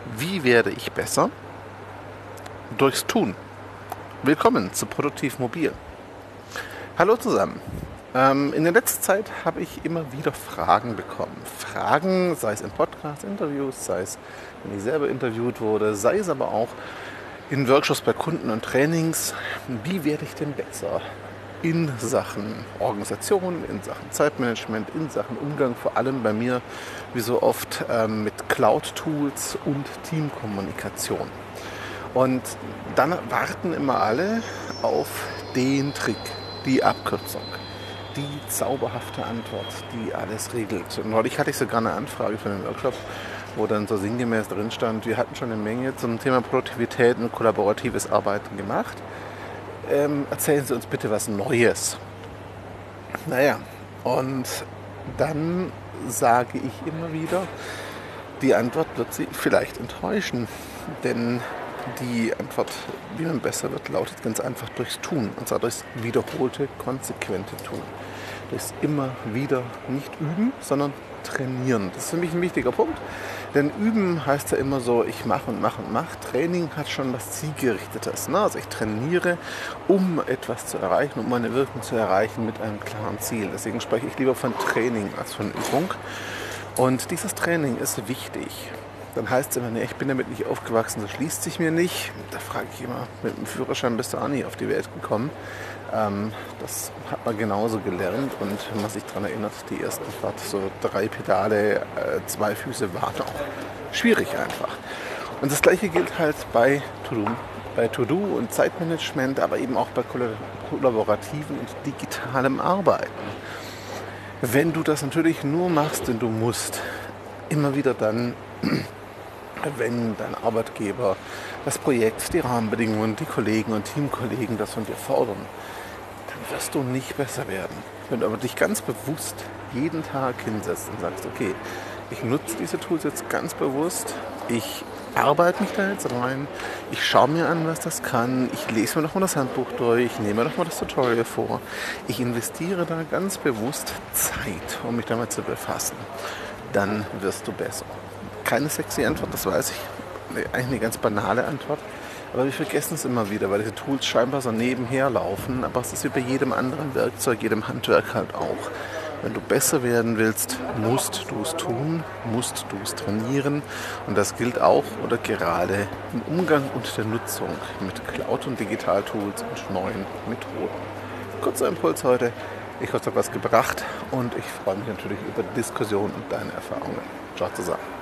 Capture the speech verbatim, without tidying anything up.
Wie werde ich besser? Durchs Tun. Willkommen zu Produktiv Mobil. Hallo zusammen. Ähm, in der letzten Zeit habe ich immer wieder Fragen bekommen. Fragen, sei es in Podcast-Interviews, sei es, wenn ich selber interviewt wurde, sei es aber auch in Workshops bei Kunden und Trainings. Wie werde ich denn besser? In Sachen Organisation, in Sachen Zeitmanagement, in Sachen Umgang, vor allem bei mir, wie so oft, ähm, mit Cloud-Tools und Teamkommunikation. Und dann warten immer alle auf den Trick, die Abkürzung, die zauberhafte Antwort, die alles regelt. Und neulich hatte ich sogar eine Anfrage für einen Workshop, wo dann so sinngemäß drin stand, wir hatten schon eine Menge zum Thema Produktivität und kollaboratives Arbeiten gemacht. Ähm, erzählen Sie uns bitte was Neues. Naja, und dann sage ich immer wieder, die Antwort wird Sie vielleicht enttäuschen, denn die Antwort, wie man besser wird, lautet ganz einfach durchs Tun, und zwar durchs wiederholte, konsequente Tun. Durchs immer wieder nicht üben, sondern trainieren. Das ist für mich ein wichtiger Punkt, denn üben heißt ja immer so, ich mache und mache und mache. Training hat schon was Zielgerichtetes. Ne? Also ich trainiere, um etwas zu erreichen, um eine Wirkung zu erreichen mit einem klaren Ziel. Deswegen spreche ich lieber von Training als von Übung. Und dieses Training ist wichtig. Dann heißt es immer, nee, ich bin damit nicht aufgewachsen, das schließt sich mir nicht. Da frage ich immer, mit dem Führerschein bist du auch nie auf die Welt gekommen. Ähm, das hat man genauso gelernt, und wenn man sich daran erinnert, die ersten Fahrt, so drei Pedale, äh, zwei Füße, waren auch schwierig einfach. Und das gleiche gilt halt bei To-Do, bei To-Do und Zeitmanagement, aber eben auch bei kollaborativen und digitalem Arbeiten. Wenn du das natürlich nur machst, denn du musst, immer wieder dann, wenn dein Arbeitgeber, das Projekt, die Rahmenbedingungen, die Kollegen und Teamkollegen das von dir fordern, dann wirst du nicht besser werden. Wenn du aber dich ganz bewusst jeden Tag hinsetzt und sagst, okay, ich nutze diese Tools jetzt ganz bewusst, ich arbeite mich da jetzt rein, ich schaue mir an, was das kann, ich lese mir doch mal das Handbuch durch, ich nehme mir doch mal das Tutorial vor, ich investiere da ganz bewusst Zeit, um mich damit zu befassen, dann wirst du besser. Keine sexy Antwort, das weiß ich, eigentlich eine ganz banale Antwort, aber wir vergessen es immer wieder, weil diese Tools scheinbar so nebenher laufen, aber es ist wie bei jedem anderen Werkzeug, jedem Handwerk halt auch. Wenn du besser werden willst, musst du es tun, musst du es trainieren, und das gilt auch oder gerade im Umgang und der Nutzung mit Cloud- und Digitaltools und neuen Methoden. Kurzer Impuls heute, ich hoffe, es hat was gebracht, und ich freue mich natürlich über die Diskussion und deine Erfahrungen. Ciao zusammen.